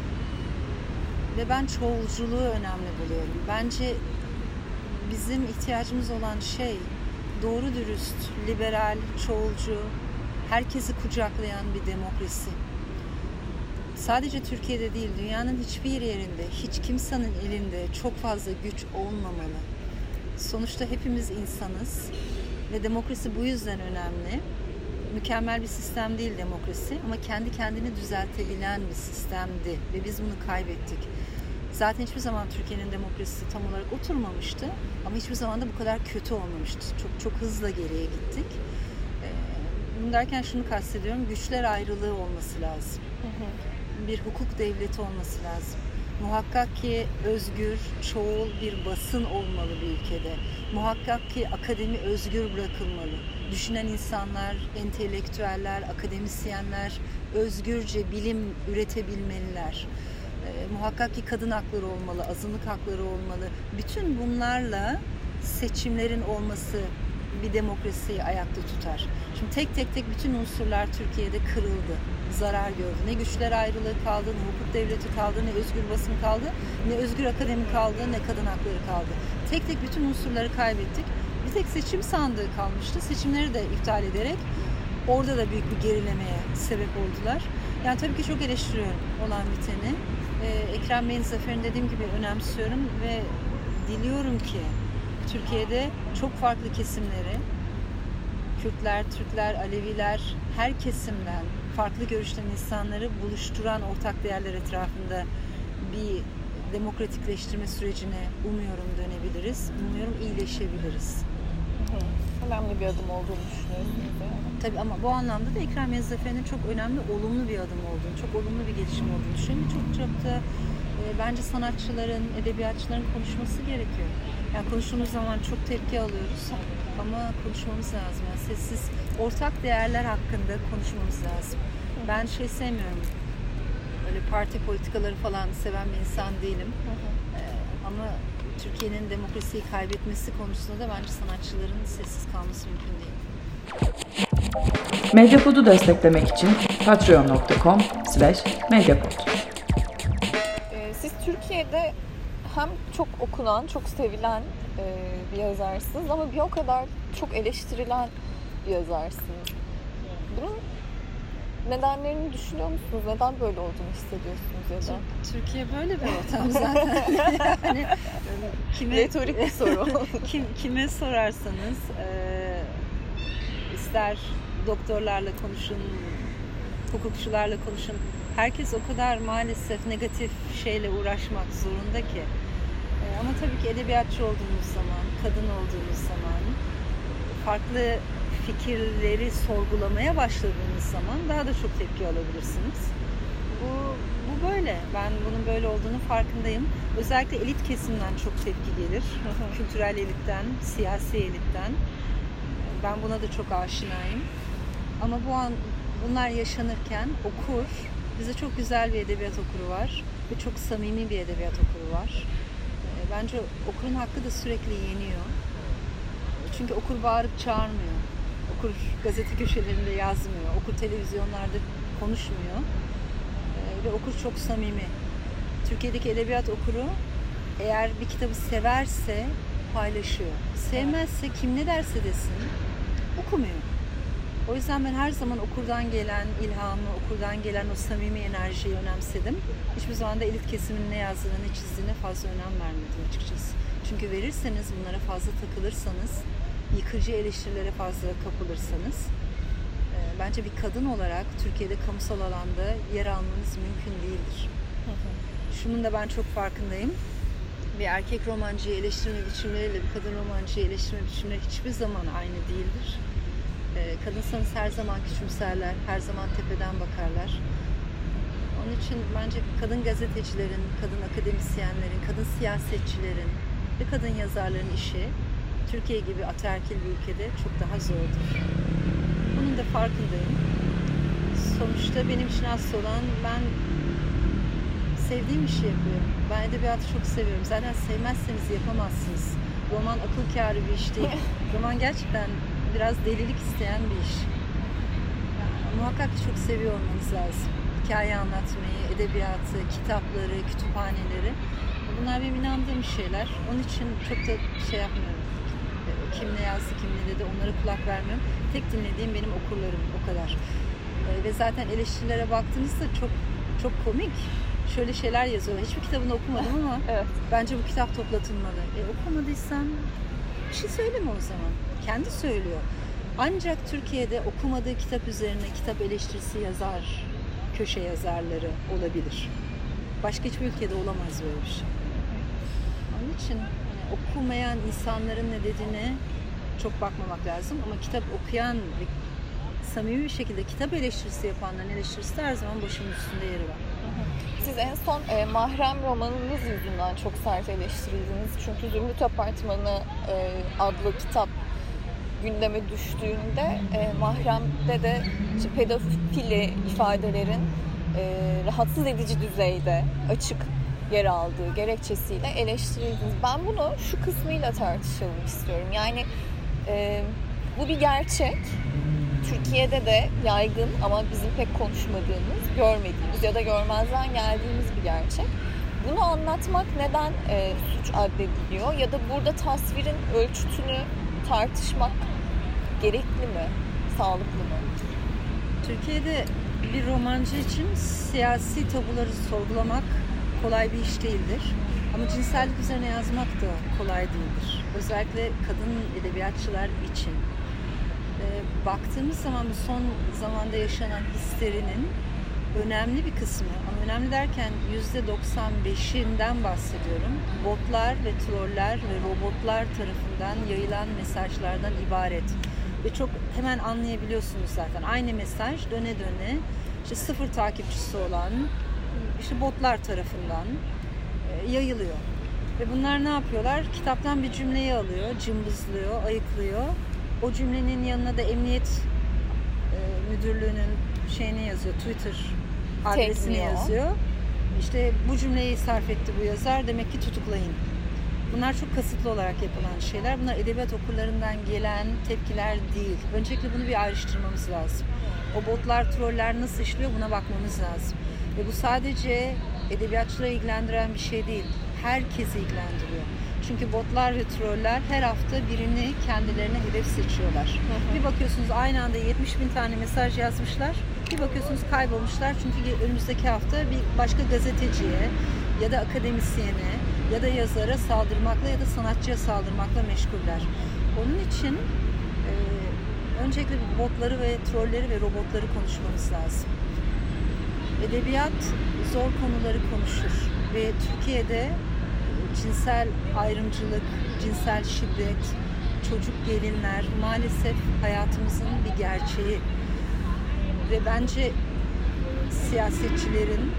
Ve ben çoğulculuğu önemli buluyorum. Bence bizim ihtiyacımız olan şey doğru dürüst, liberal, çoğulcu, herkesi kucaklayan bir demokrasi. Sadece Türkiye'de değil, dünyanın hiçbir yerinde, hiç kimsenin elinde çok fazla güç olmamalı. Sonuçta hepimiz insanız ve demokrasi bu yüzden önemli. Mükemmel bir sistem değil demokrasi ama kendi kendini düzeltebilen bir sistemdi ve biz bunu kaybettik. Zaten hiçbir zaman Türkiye'nin demokrasisi tam olarak oturmamıştı ama hiçbir zaman da bu kadar kötü olmamıştı. Çok çok hızla geriye gittik. Bunu derken şunu kastediyorum, güçler ayrılığı olması lazım. Hı hı. Bir hukuk devleti olması lazım. Muhakkak ki özgür, çoğul bir basın olmalı bir ülkede. Muhakkak ki akademi özgür bırakılmalı. Düşünen insanlar, entelektüeller, akademisyenler özgürce bilim üretebilmeliler. E, muhakkak ki kadın hakları olmalı, azınlık hakları olmalı. Bütün bunlarla seçimlerin olması bir demokrasiyi ayakta tutar. Şimdi tek tek tek bütün unsurlar Türkiye'de kırıldı, zarar gördü. Ne güçler ayrılığı kaldı, ne hukuk devleti kaldı, ne özgür basın kaldı, ne özgür akademi kaldı, ne kadın hakları kaldı. Tek tek bütün unsurları kaybettik. Bir tek seçim sandığı kalmıştı. Seçimleri de iptal ederek orada da büyük bir gerilemeye sebep oldular. Yani tabii ki çok eleştiriyorum olan biteni. Ee, Ekrem Bey'in zaferini dediğim gibi önemsiyorum ve diliyorum ki Türkiye'de çok farklı kesimleri, Kürtler, Türkler, Aleviler, her kesimden farklı görüşten insanları buluşturan ortak değerler etrafında bir demokratikleştirme sürecine umuyorum dönebiliriz. Umuyorum iyileşebiliriz. Hı. Önemli bir adım olduğunu düşünüyorsunuz yani. Tabii ama bu anlamda da Ekrem Bey zaferinin çok önemli, olumlu bir adım olduğunu, çok olumlu bir gelişim olduğunu düşünüyorum. Çok çok da e, bence sanatçıların, edebiyatçıların konuşması gerekiyor. Yani konuştuğumuz zaman çok tepki alıyoruz ama konuşmamız lazım. Yani sessiz, ortak değerler hakkında konuşmamız lazım. Ben şey sevmiyorum, öyle parti politikaları falan seven bir insan değilim. Hı hı. Ee, ama Türkiye'nin demokrasiyi kaybetmesi konusunda da bence sanatçıların sessiz kalması mümkün değil. Medyapod'u desteklemek için patreon nokta com slash medyapod. Siz Türkiye'de hem çok okunan, çok sevilen bir yazarsınız ama bir o kadar çok eleştirilen bir yazarsınız. Bunun nedenlerini düşünüyor musunuz? Neden böyle olduğunu hissediyorsunuz ya da? Türkiye böyle bir ortam zaten. Yani kime, retorik bir soru. kim, kime sorarsanız e, ister doktorlarla konuşun, hukukçularla konuşun. Herkes o kadar maalesef negatif şeyle uğraşmak zorunda ki. E, ama tabii ki edebiyatçı olduğunuz zaman, kadın olduğunuz zaman, farklı fikirleri sorgulamaya başladığınız zaman daha da çok tepki alabilirsiniz. Bu, bu böyle. Ben bunun böyle olduğunu farkındayım. Özellikle elit kesimden çok tepki gelir. Kültürel elitten, siyasi elitten. Ben buna da çok aşinayım. Ama bu an bunlar yaşanırken okur, bize çok güzel bir edebiyat okuru var ve çok samimi bir edebiyat okuru var. Bence okurun hakkı da sürekli yeniyor. Çünkü okur bağırıp çağırmıyor. Okur gazete köşelerinde yazmıyor. Okur televizyonlarda konuşmuyor. Ee, ve okur çok samimi. Türkiye'deki edebiyat okuru eğer bir kitabı severse paylaşıyor. Sevmezse kim ne derse desin okumuyor. O yüzden ben her zaman okurdan gelen ilhamı, okurdan gelen o samimi enerjiyi önemsedim. Hiçbir zaman da elit kesimin ne yazdığına, ne çizdiğine fazla önem vermedim açıkçası. Çünkü verirseniz, bunlara fazla takılırsanız, yıkıcı eleştirilere fazla kapılırsanız, e, bence bir kadın olarak Türkiye'de kamusal alanda yer almanız mümkün değildir. Hı hı. Şunun da ben çok farkındayım. Bir erkek romancıyı eleştirme biçimleriyle bir kadın romancıyı eleştirme biçimleri hiçbir zaman aynı değildir. E, kadınsanız her zaman küçümserler, her zaman tepeden bakarlar. Onun için bence kadın gazetecilerin, kadın akademisyenlerin, kadın siyasetçilerin ve kadın yazarların işi Türkiye gibi ataerkil bir ülkede çok daha zordur. Bunun da farkındayım. Sonuçta benim için asıl olan, ben sevdiğim işi yapıyorum. Ben edebiyatı çok seviyorum. Zaten sevmezseniz yapamazsınız. Roman akıl kârı bir iş değil. Roman gerçekten biraz delilik isteyen bir iş. Yani, muhakkak çok seviyor olmanız lazım. Hikaye anlatmayı, edebiyatı, kitapları, kütüphaneleri. Bunlar benim inandığım şeyler. Onun için çok da şey yapmıyorum. Kim ne yazdı, kim ne dedi, onlara kulak vermiyorum. Tek dinlediğim benim okurlarım, o kadar. Ee, ve zaten eleştirilere baktığınızda çok çok komik. Şöyle şeyler yazıyorlar. Hiçbir kitabını okumadım ama evet, bence bu kitap toplatılmalı. E, okumadıysan bir şey söyleme o zaman. Kendi söylüyor. Ancak Türkiye'de okumadığı kitap üzerine kitap eleştirisi yazar, köşe yazarları olabilir. Başka hiçbir ülkede olamaz böyle bir şey. Onun için yani okumayan insanların ne dediğine çok bakmamak lazım. Ama kitap okuyan ve samimi bir şekilde kitap eleştirisi yapanların eleştirisi de her zaman başımın üstünde yeri var. Siz en son e, Mahrem romanınız yüzünden çok sert eleştirildiniz. Çünkü Zümrüt Apartmanı e, adlı kitap gündeme düştüğünde e, Mahrem'de de işte, pedofili ifadelerin e, rahatsız edici düzeyde açık yer aldığı gerekçesiyle eleştirildiniz. Ben bunu şu kısmıyla tartışalım istiyorum. Yani e, bu bir gerçek. Türkiye'de de yaygın ama bizim pek konuşmadığımız, görmediğimiz ya da görmezden geldiğimiz bir gerçek. Bunu anlatmak neden e, suç addediliyor ya da burada tasvirin ölçütünü tartışmak gerekli mi, sağlıklı mı? Türkiye'de bir romancı için siyasi tabuları sorgulamak kolay bir iş değildir. Ama cinsellik üzerine yazmak da kolay değildir. Özellikle kadın edebiyatçılar için. E, baktığımız zaman bu son zamanda yaşanan histerinin önemli bir kısmı, ama önemli derken yüzde doksan beşinden bahsediyorum, botlar ve troller ve robotlar tarafından yayılan mesajlardan ibaret. Ve çok hemen anlayabiliyorsunuz zaten. Aynı mesaj döne döne işte sıfır takipçisi olan işte botlar tarafından e, yayılıyor. Ve bunlar ne yapıyorlar? Kitaptan bir cümleyi alıyor, cımbızlıyor, ayıklıyor. O cümlenin yanına da emniyet e, müdürlüğünün şeyini yazıyor, Twitter adresini Tekniyor. yazıyor. İşte bu cümleyi sarf etti bu yazar, demek ki tutuklayın. Bunlar çok kasıtlı olarak yapılan şeyler. Bunlar edebiyat okurlarından gelen tepkiler değil. Öncelikle bunu bir ayrıştırmamız lazım. O botlar, troller nasıl işliyor, buna bakmamız lazım. Ve bu sadece edebiyatçıları ilgilendiren bir şey değil. Herkesi ilgilendiriyor. Çünkü botlar ve troller her hafta birini kendilerine hedef seçiyorlar. Hı hı. Bir bakıyorsunuz aynı anda yetmiş bin tane mesaj yazmışlar. Bir bakıyorsunuz kaybolmuşlar çünkü önümüzdeki hafta bir başka gazeteciye ya da akademisyene ya da yazara saldırmakla ya da sanatçıya saldırmakla meşguller. Onun için e, öncelikle botları ve trolleri ve robotları konuşmamız lazım. Edebiyat zor konuları konuşur ve Türkiye'de cinsel ayrımcılık, cinsel şiddet, çocuk gelinler maalesef hayatımızın bir gerçeği. Ve bence siyasetçilerin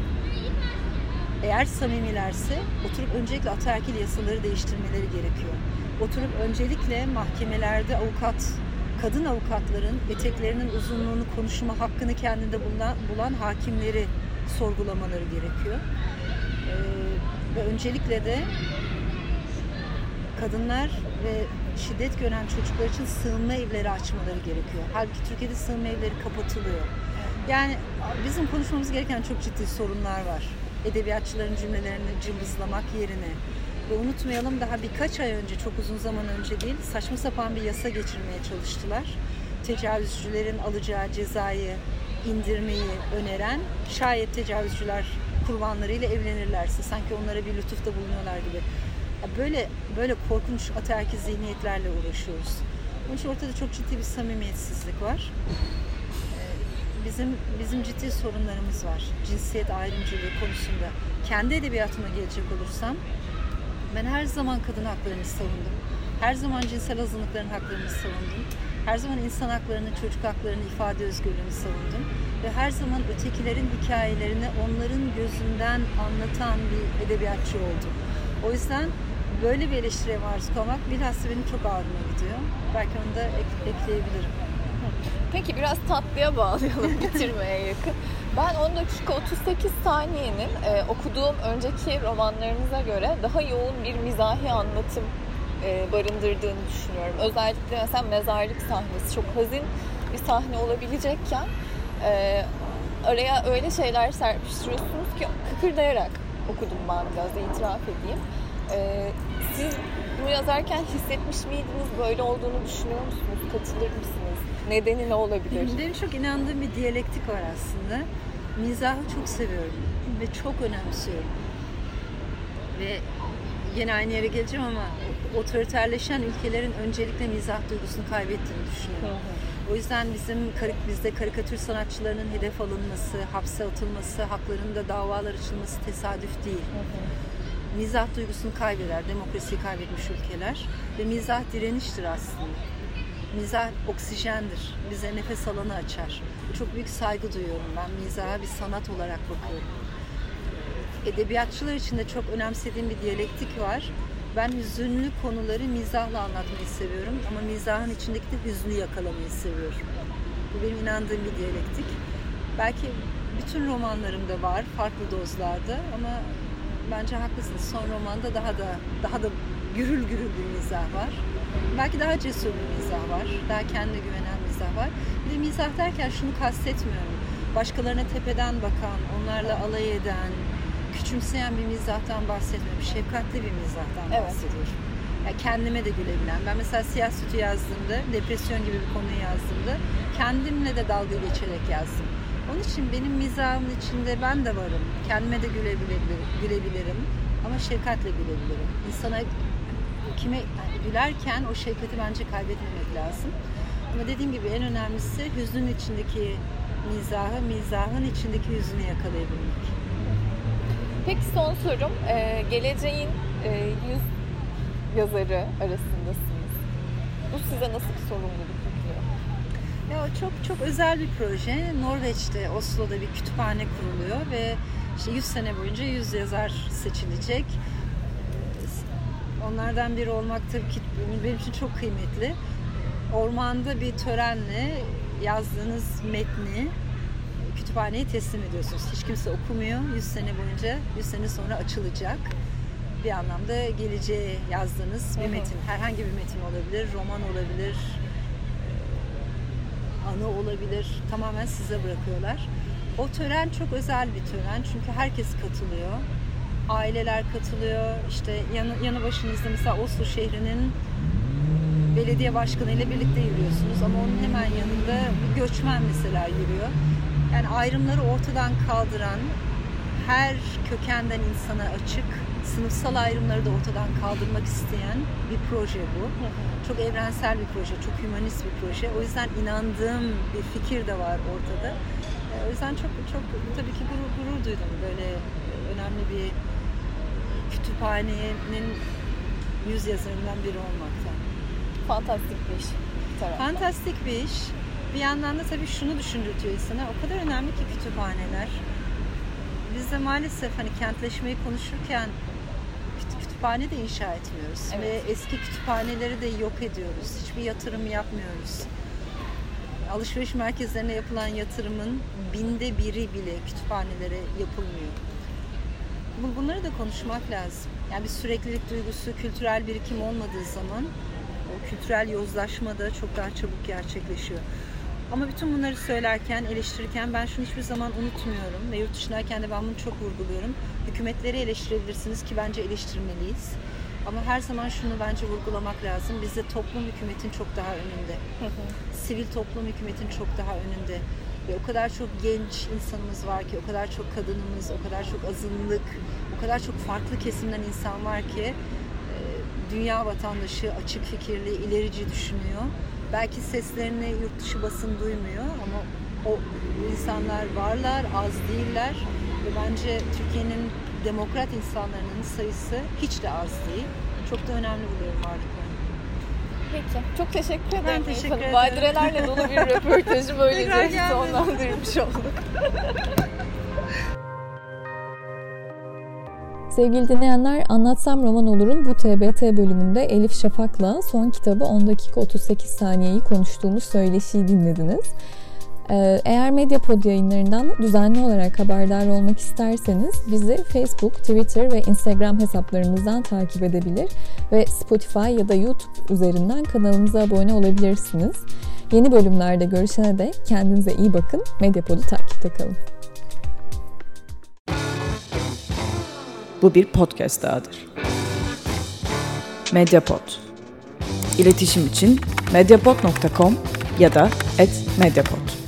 eğer samimilerse oturup öncelikle ataerkil yasaları değiştirmeleri gerekiyor. Oturup öncelikle mahkemelerde avukat, kadın avukatların eteklerinin uzunluğunu konuşma hakkını kendinde bulan, bulan hakimleri sorgulamaları gerekiyor. Ee, ve öncelikle de kadınlar ve şiddet gören çocuklar için sığınma evleri açmaları gerekiyor. Halbuki Türkiye'de sığınma evleri kapatılıyor. Yani bizim konuşmamız gereken çok ciddi sorunlar var. Edebiyatçıların cümlelerini cımbızlamak yerine. Ve unutmayalım daha birkaç ay önce, çok uzun zaman önce değil, saçma sapan bir yasa geçirmeye çalıştılar. Tecavüzcülerin alacağı cezayı indirmeyi öneren, şayet tecavüzcüler kurbanlarıyla evlenirlerse sanki onlara bir lütufta bulunuyorlar gibi. Böyle böyle korkunç ataerkil zihniyetlerle uğraşıyoruz. Onun için ortada çok ciddi bir samimiyetsizlik var. Bizim bizim ciddi sorunlarımız var. Cinsiyet ayrımcılığı konusunda. Kendi edebiyatıma gelecek olursam, ben her zaman kadın haklarını savundum. Her zaman cinsel azınlıkların haklarını savundum. Her zaman insan haklarını, çocuk haklarını, ifade özgürlüğünü savundum. Ve her zaman ötekilerin hikayelerini onların gözünden anlatan bir edebiyatçı oldum. O yüzden böyle bir eleştiriye maruz kalmak bilhassa benim çok ağrıma gidiyor. Belki onu da ek- ekleyebilirim. Peki biraz tatlıya bağlayalım, bitirmeye yakın. Ben on dakika otuz sekiz saniyenin e, okuduğum önceki romanlarınıza göre daha yoğun bir mizahi anlatım e, barındırdığını düşünüyorum. Özellikle mesela mezarlık sahnesi çok hazin bir sahne olabilecekken e, araya öyle şeyler serpiştiriyorsunuz ki kıkırdayarak okudum ben, biraz da itiraf edeyim. E, siz bunu yazarken hissetmiş miydiniz? Böyle olduğunu düşünüyor musunuz? Katılır mısınız? Nedeni ne olabilir? Benim çok inandığım bir diyalektik var aslında. Mizahı çok seviyorum ve çok önemsiyorum. Ve yine aynı yere geleceğim ama otoriterleşen ülkelerin öncelikle mizah duygusunu kaybettiğini düşünüyorum. Hı hı. O yüzden bizim bizde karikatür sanatçılarının hedef alınması, hapse atılması, haklarında davalar açılması tesadüf değil. Hı hı. Mizah duygusunu kaybeder, demokrasiyi kaybetmiş ülkeler ve mizah direniştir aslında. Mizah oksijendir, bize nefes alanı açar. Çok büyük saygı duyuyorum ben mizaha, bir sanat olarak bakıyorum. Edebiyatçılar için de çok önemsediğim bir diyalektik var. Ben hüzünlü konuları mizahla anlatmayı seviyorum ama mizahın içindeki de hüznü yakalamayı seviyorum. Bu benim inandığım bir diyalektik. Belki bütün romanlarımda var, farklı dozlarda ama bence haklısınız. Son romanda daha da daha da gürül gürül bir mizah var. Belki daha cesur bir mizah var. Daha kendine güvenen mizah var. Bir de mizah derken şunu kastetmiyorum. Başkalarına tepeden bakan, onlarla alay eden, küçümseyen bir mizahtan bahsetmiyorum. Şefkatli bir mizahtan evet. bahsediyorum. Yani kendime de gülebilen. Ben mesela Siyah Sütü yazdığımda, depresyon gibi bir konuyu yazdığımda kendimle de dalga geçerek yazdım. Onun için benim mizahımın içinde ben de varım. Kendime de gülebilirim, gülebilirim. Ama şefkatle gülebilirim. İnsana kime yani gülerken o şefkati bence kaybetmemek lazım. Ama dediğim gibi en önemlisi hüznün içindeki mizahı, mizahın içindeki hüznü yakalayabilmek. Peki son sorum, ee, geleceğin e, yüz yazarı arasındasınız. Bu size nasıl bir sorumluluk yüklüyor? Ya çok çok özel bir proje. Norveç'te, Oslo'da bir kütüphane kuruluyor ve işte yüz sene boyunca yüz yazar seçilecek. Onlardan biri olmak tabii ki benim için çok kıymetli. Ormanda bir törenle yazdığınız metni kütüphaneye teslim ediyorsunuz. Hiç kimse okumuyor. yüz sene boyunca, yüz sene sonra açılacak. Bir anlamda geleceğe yazdığınız bir metin. Herhangi bir metin olabilir, roman olabilir, anı olabilir. Tamamen size bırakıyorlar. O tören çok özel bir tören çünkü herkes katılıyor. aileler katılıyor. İşte yanı, yanı başınızda mesela Oslo şehrinin belediye başkanı ile birlikte yürüyorsunuz ama onun hemen yanında bir göçmen mesela yürüyor. Yani ayrımları ortadan kaldıran, her kökenden insana açık, sınıfsal ayrımları da ortadan kaldırmak isteyen bir proje bu. Çok evrensel bir proje, çok hümanist bir proje. O yüzden inandığım bir fikir de var ortada. O yüzden çok çok tabii ki gurur, gurur duydum böyle önemli bir kütüphanenin yüz yazarından biri olmaktan. Fantastik bir iş. Fantastik bir iş. Bir yandan da tabii şunu düşündürtüyor insana. O kadar önemli ki kütüphaneler. Biz de maalesef hani kentleşmeyi konuşurken kütüphane de inşa etmiyoruz. Evet. Ve eski kütüphaneleri de yok ediyoruz. Hiçbir yatırım yapmıyoruz. Alışveriş merkezlerine yapılan yatırımın binde biri bile kütüphanelere yapılmıyor. Bunları da konuşmak lazım. Yani bir süreklilik duygusu, kültürel birikim olmadığı zaman o kültürel yozlaşma da çok daha çabuk gerçekleşiyor. Ama bütün bunları söylerken, eleştirirken ben şunu hiçbir zaman unutmuyorum ve yurt dışındayken de ben bunu çok vurguluyorum. Hükümetleri eleştirebilirsiniz ki bence eleştirmeliyiz. Ama her zaman şunu bence vurgulamak lazım. Bizde toplum hükümetin çok daha önünde. Sivil toplum hükümetin çok daha önünde. Ve o kadar çok genç insanımız var ki, o kadar çok kadınımız, o kadar çok azınlık, o kadar çok farklı kesimden insan var ki dünya vatandaşı, açık fikirli, ilerici düşünüyor. Belki seslerini yurt dışı basın duymuyor ama o insanlar varlar, az değiller ve bence Türkiye'nin demokrat insanların sayısı hiç de az değil. Çok da önemli buluyorum varlıklarını. Peki. Çok teşekkür ederim. Ben teşekkür ederim. Badirelerle dolu bir röportajı böylece sonlandırmış olduk. Sevgili dinleyenler, Anlatsam Roman Olur'un bu T B T bölümünde Elif Şafak'la son kitabı on dakika otuz sekiz saniyeyi konuştuğumuz söyleşiyi dinlediniz. Eğer Medyapod yayınlarından düzenli olarak haberdar olmak isterseniz bizi Facebook, Twitter ve Instagram hesaplarımızdan takip edebilir ve Spotify ya da YouTube üzerinden kanalımıza abone olabilirsiniz. Yeni bölümlerde görüşene dek kendinize iyi bakın, Medyapod'u takipte kalın. Bu bir podcast dahadır. Mediapod. İletişim için mediapod nokta com ya da et mediapod.